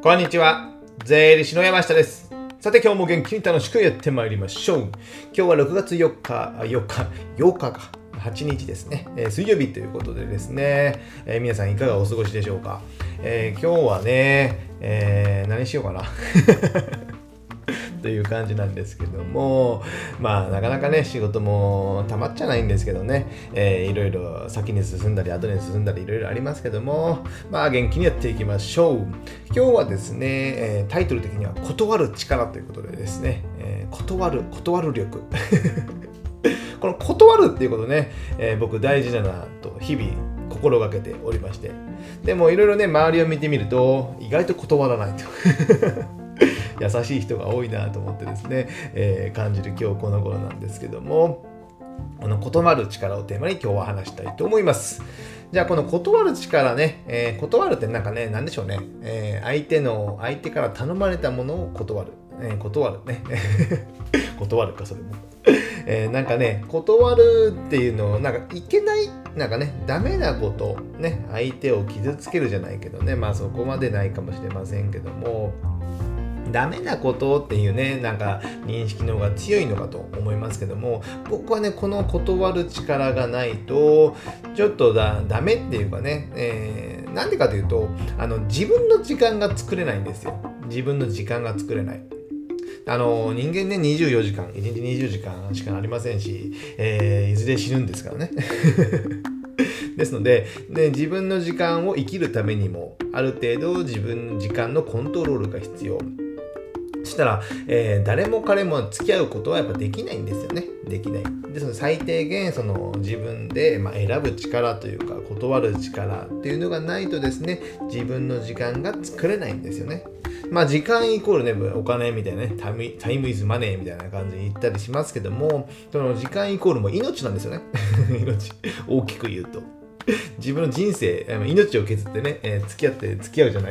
こんにちは。税理士の山下です。さて今日も元気に楽しくやってまいりましょう。今日は6月8日か。8日ですね、水曜日ということでですね、皆さんいかがお過ごしでしょうか。今日はね、何しようかなという感じなんですけども、まあなかなかね仕事もたまっちゃないんですけどね、いろいろ先に進んだり後に進んだりいろいろありますけども、まあ元気にやっていきましょう。今日はですね、タイトル的には断る力ということでですね、断る力この断るっていうことね、僕大事だなと日々心がけておりまして、でもいろいろね周りを見てみると意外と断らないと優しい人が多いなと思ってですね、感じる今日この頃なんですけども、この断る力をテーマに今日は話したいと思います。じゃあこの断る力ね、断るってなんかね、なんでしょうね、相手から頼まれたものを断る、断るね断るかそれも、なんかね断るっていうのをなんかいけないなんかねダメなことね、相手を傷つけるじゃないけどね、まあそこまでないかもしれませんけども、ダメなことっていうねなんか認識の方が強いのかと思いますけども、僕はねこの断る力がないとちょっとダメっていうかね、なんでかというと自分の時間が作れないんですよ。自分の時間が作れない。人間ね24時間1日20時間しかありませんし、いずれ死ぬんですからねですので、自分の時間を生きるためにもある程度自分の時間のコントロールが必要。そしたら、誰も彼も付き合うことはやっぱできないんですよね。できない。で、その最低限その自分で、選ぶ力というか断る力っていうのがないとですね、自分の時間が作れないんですよね。時間イコールね、お金みたいなね、タイムイズマネーみたいな感じで言ったりしますけども、その時間イコールも命なんですよね。命。大きく言うと。自分の人生、命を削ってね、付き合うじゃない、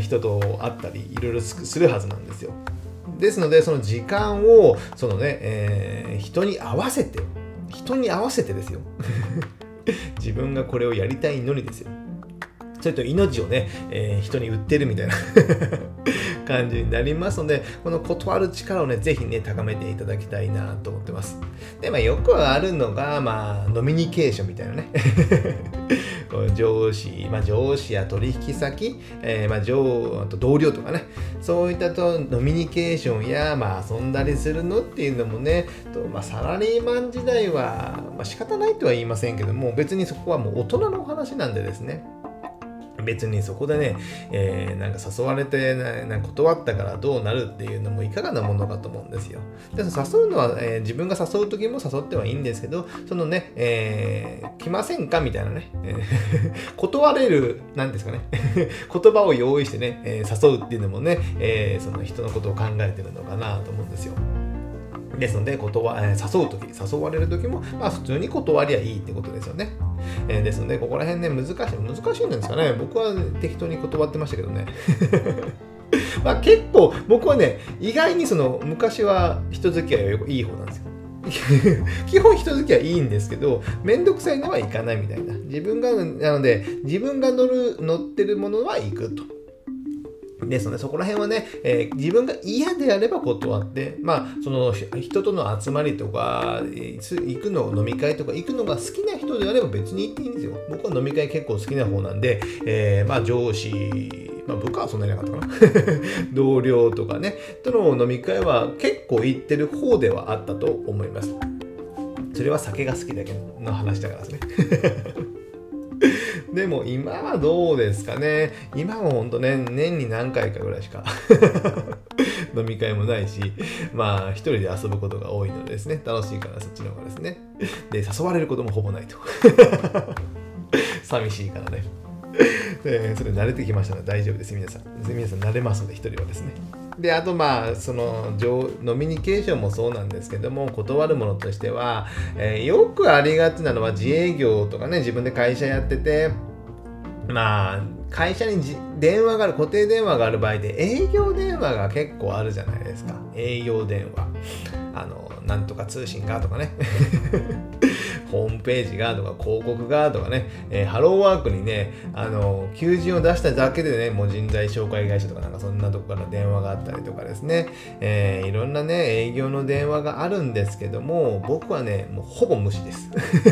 人と会ったりいろいろするはずなんですよ。ですのでその時間をそのね、人に合わせてですよ自分がこれをやりたいのにですよ。それと命をね、人に売ってるみたいな感じになりますので、この断る力をね、ぜひね、高めていただきたいなと思ってます。で、よくあるのが、ノミニケーションみたいなね。上司や取引先、あと同僚とかね、そういったとノミニケーションや、遊んだりするのっていうのもね、サラリーマン時代は、仕方ないとは言いませんけども、別にそこはもう大人の話なんでですね。別にそこでね、なんか誘われてなんか断ったからどうなるっていうのもいかがなものかと思うんですよ。で誘うのは、自分が誘う時も誘ってはいいんですけど、そのね、来ませんかみたいなね、断れるなんですかね言葉を用意してね、誘うっていうのもね、その人のことを考えてるのかなと思うんですよ。ですので誘われる時も、普通に断りゃいいってことですよね。ですのでここら辺ね難しいんですかね。僕は適当に断ってましたけどね結構僕はね意外にその昔は人付き合いはいい方なんですよ基本人付き合いいいんですけど、めんどくさいのはいかないみたいな。自分が乗ってるものは行くと。ですのでそこら辺はね、自分が嫌であれば断って、その人との集まりとか行くの飲み会とか行くのが好きな人であれば別に行っていいんですよ。僕は飲み会結構好きな方なんで、上司部下はそんなになかったかな同僚とかねとの飲み会は結構行ってる方ではあったと思います。それは酒が好きだけの話だからですねでも今はどうですかね。今もほんとね、年に何回かぐらいしか飲み会もないし、一人で遊ぶことが多いのでですね、楽しいからそっちの方がですね。で、誘われることもほぼないと。寂しいからね。それ慣れてきましたので大丈夫です。皆さん慣れますので、一人はですね。で、あとそのノミニケーションもそうなんですけども、断るものとしては、よくありがちなのは自営業とかね、自分で会社やってて、会社に固定電話がある場合で営業電話が結構あるじゃないですか。営業電話。なんとか通信がとかねホームページがとか広告がとかね、ハローワークにね、求人を出しただけでね、もう人材紹介会社とかなんかそんなとこから電話があったりとかですね、いろんなね、営業の電話があるんですけども、僕はね、もうほぼ無視です。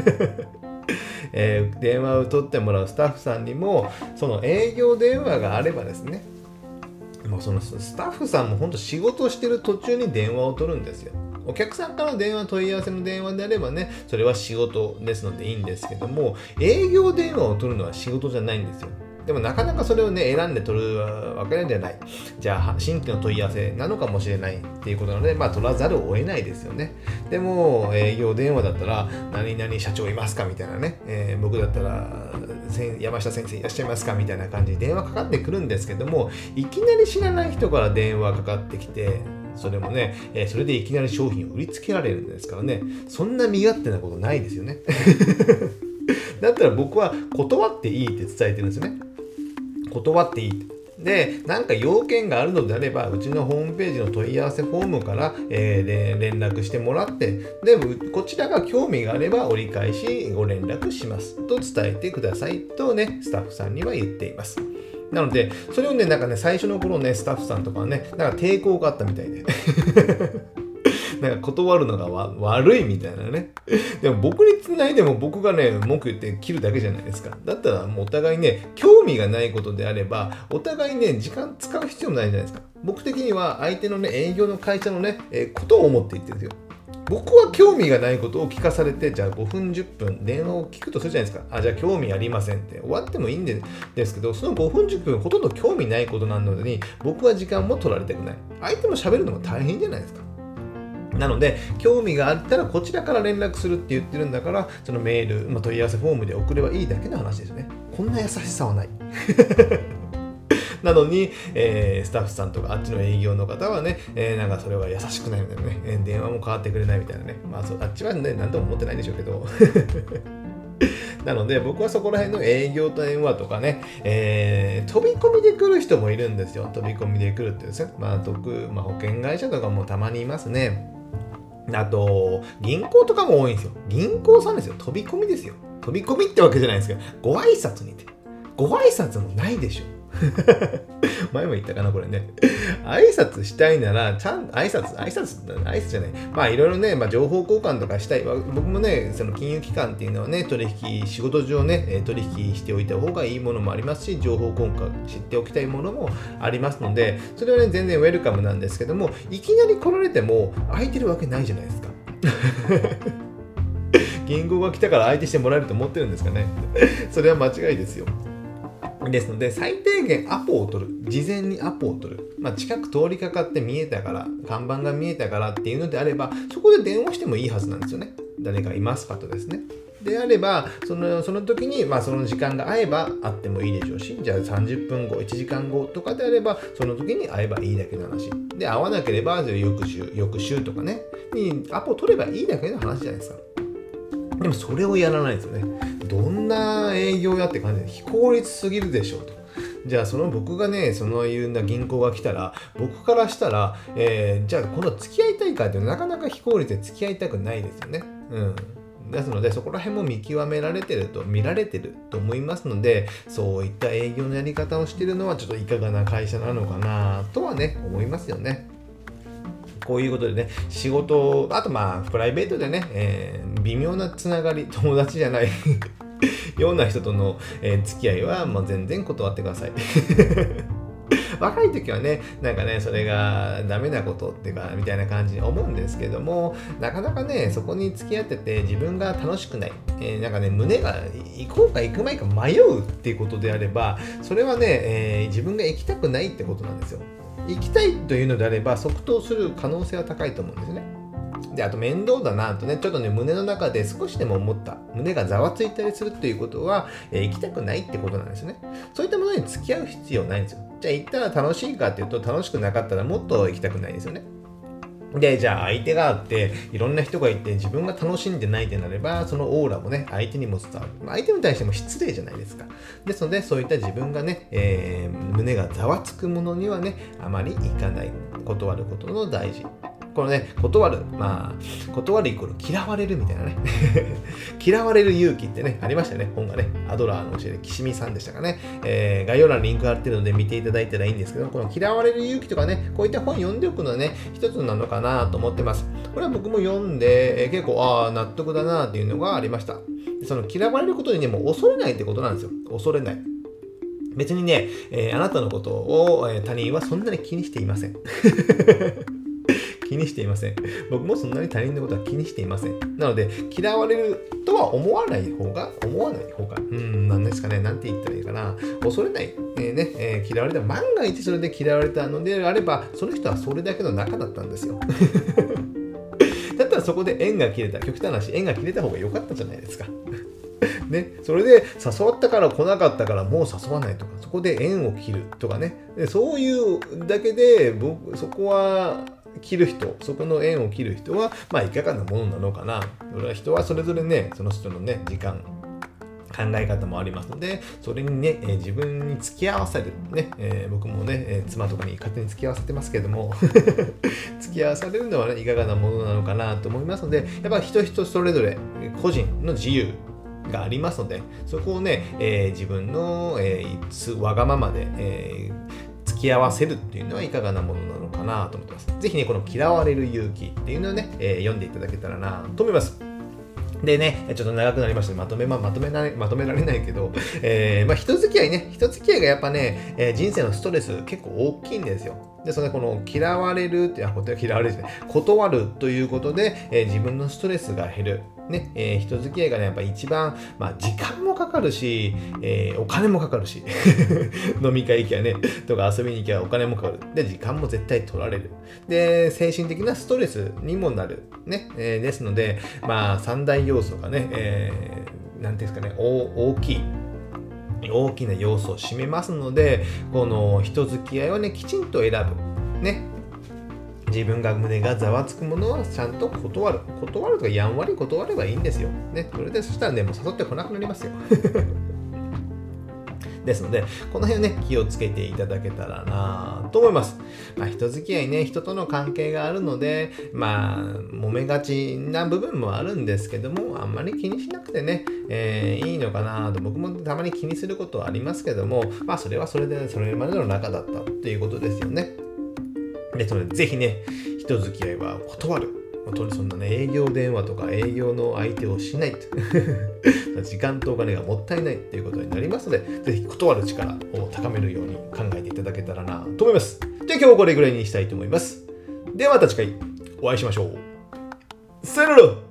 電話を取ってもらうスタッフさんにも、その営業電話があればですね、もうそのスタッフさんも本当仕事をしてる途中に電話を取るんですよ。お客さんからの電話、問い合わせの電話であればね、それは仕事ですのでいいんですけども、営業電話を取るのは仕事じゃないんですよ。でもなかなかそれをね、選んで取るわけじゃない。じゃあ、新規の問い合わせなのかもしれないっていうことなので、まあ、取らざるを得ないですよね。でも、営業電話だったら、何々社長いますかみたいなね、僕だったら、山下先生いらっしゃいますかみたいな感じで電話かかってくるんですけども、いきなり知らない人から電話かかってきて、それもね、それでいきなり商品を売りつけられるんですからね、そんな身勝手なことないですよね。だったら僕は断っていいって伝えてるんですよね。断っていいって。で、なんか要件があるのであれば、うちのホームページの問い合わせフォームから、連絡してもらって、で、こちらが興味があれば折り返しご連絡しますと伝えてくださいとね、スタッフさんには言っています。なので、それをね、なんかね、最初の頃ね、スタッフさんとかはね、なんか抵抗があったみたいで。なんか断るのが悪いみたいなね。でも僕に繋いでも僕がね、文句言って切るだけじゃないですか。だったらもうお互いね、興味がないことであれば、お互いね、時間使う必要もないじゃないですか。僕的には相手のね、営業の会社のね、ことを思って言ってるんですよ。僕は興味がないことを聞かされて、じゃあ5分10分電話を聞くとするじゃないですか。じゃあ興味ありませんって終わってもいいんですけど、その5分10分ほとんど興味ないことなのに、僕は時間も取られたくない。相手も喋るのも大変じゃないですか。なので、興味があったらこちらから連絡するって言ってるんだから、そのメール、問い合わせフォームで送ればいいだけの話ですよね。こんな優しさはない。なのに、スタッフさんとかあっちの営業の方はね、なんかそれは優しくないみたいなね、電話も変わってくれないみたいなね、まああっちはね、何とも思ってないんでしょうけど。なので僕はそこら辺の営業と電話とかね、飛び込みで来る人もいるんですよ。飛び込みで来るってですね、保険会社とかもたまにいますね。あと、銀行とかも多いんですよ。銀行さんですよ。飛び込みですよ。飛び込みってわけじゃないんですけど、ご挨拶にて。ご挨拶もないでしょ。前も言ったかな、これね。挨拶したいなら、ちゃんと挨拶じゃない。まあ、いろいろね、情報交換とかしたい。僕もね、その金融機関っていうのはね、仕事上ね、取引しておいた方がいいものもありますし、情報交換知っておきたいものもありますので、それはね、全然ウェルカムなんですけども、いきなり来られても、空いてるわけないじゃないですか。銀行が来たから相手してもらえると思ってるんですかね。それは間違いですよ。ですので、最低限アポを取る。事前にアポを取る。近く通りかかって見えたから、看板が見えたからっていうのであれば、そこで電話してもいいはずなんですよね。誰かいますかとですね。であれば、その時に、その時間が合えば会ってもいいでしょうし、じゃあ30分後、1時間後とかであれば、その時に会えばいいだけの話。で、会わなければ、翌週とかね、にアポを取ればいいだけの話じゃないですか。でもそれをやらないんですよね。どんな営業やって感じで非効率すぎるでしょうと。じゃあ僕がね、いうな銀行が来たら、僕からしたら、じゃあ今度付き合いたいかってなかなか非効率で付き合いたくないですよね。ですので、そこら辺も見極められてると、見られてると思いますので、そういった営業のやり方をしているのはちょっといかがな会社なのかなとはね、思いますよね。こういうことでね、仕事、あとプライベートでね、微妙なつながり、友達じゃないような人との、付き合いはもう全然断ってください。若い時はね、なんかね、それがダメなことっていうか、みたいな感じに思うんですけども、なかなかね、そこに付き合ってて自分が楽しくない、なんかね、胸が行こうか行くまいか迷うっていうことであれば、それはね、自分が行きたくないってことなんですよ。行きたいというのであれば即答する可能性は高いと思うんですね。で、あと面倒だなとね、ちょっとね、胸の中で少しでも思った、胸がざわついたりするっていうことは、行きたくないってことなんですよね。そういったものに付き合う必要ないんですよ。じゃあ行ったら楽しいかっていうと、楽しくなかったらもっと行きたくないですよね。で、じゃあ相手があって、いろんな人がいて、自分が楽しんでないってなれば、そのオーラもね、相手にも伝わる。相手に対しても失礼じゃないですか。ですので、そういった自分がね、胸がざわつくものにはね、あまり行かない。断ることの大事。 このね、断る。断るイコール嫌われるみたいなね。嫌われる勇気ってね、ありましたよね。本がね。アドラーの教えで岸見さんでしたかね。概要欄にリンク貼ってるので見ていただいたらいいんですけど、この嫌われる勇気とかね、こういった本読んでおくのはね、一つなのかなと思ってます。これは僕も読んで、結構、納得だなっていうのがありました。その嫌われることにね、もう恐れないってことなんですよ。恐れない。別にね、あなたのことを、他人はそんなに気にしていません。気にしていません。僕もそんなに他人のことは気にしていません。なので、嫌われるとは思わない方が、なんですかね、なんて言ったらいいかな。恐れない。嫌われた。万が一それで嫌われたのであれば、その人はそれだけの仲だったんですよ。だったらそこで縁が切れた。極端な話、縁が切れた方が良かったじゃないですか。ね、それで誘ったから来なかったからもう誘わないとか、そこで縁を切るとかね、そういうだけでそこは切る人、そこの縁を切る人は、いかがなものなのかな。それは人はそれぞれね、その人のね、時間、考え方もありますので、それにね、自分に付き合わせる、ね僕もね、妻とかに勝手に付き合わせてますけども、付き合わされるのは、ね、いかがなものなのかなと思いますので、やっぱり人それぞれ個人の自由がありますので、そこをね、自分の、わがままで、付き合わせるっていうのはいかがなものなのかなと思ってます。ぜひね、この嫌われる勇気っていうのをね、読んでいただけたらなと思います。でね、ちょっと長くなりましたね。まとめられないけど、人付き合いがやっぱね、人生のストレス結構大きいんですよ。で、この嫌われるって断るということで、自分のストレスが減る。ね、人付き合いがね、やっぱ一番、時間もかかるし、お金もかかるし、飲み会行きゃね、とか遊びに行きゃお金もかかる。で、時間も絶対取られる。で、精神的なストレスにもなる。ね、ですので、三大要素がね、なんていうんですかね、大きな要素を占めますので、この人付き合いをね、きちんと選ぶ。ね。自分が胸がざわつくものはちゃんと断るとかやんわり断ればいいんですよ。ね。それでそしたらね、もう誘ってこなくなりますよ。ですので、この辺をね、気をつけていただけたらなと思います。人付き合いね、人との関係があるので、揉めがちな部分もあるんですけども、あんまり気にしなくてね、いいのかなと、僕もたまに気にすることはありますけども、それはそれで、それまでの仲だったっていうことですよね。ですので、ぜひね、人付き合いは断る。そんなね、営業電話とか営業の相手をしないと。時間とお金がもったいないっていうことになりますので、ぜひ断る力を高めるように考えていただけたらなと思います。では今日はこれぐらいにしたいと思います。ではまた次回お会いしましょう。さよなら。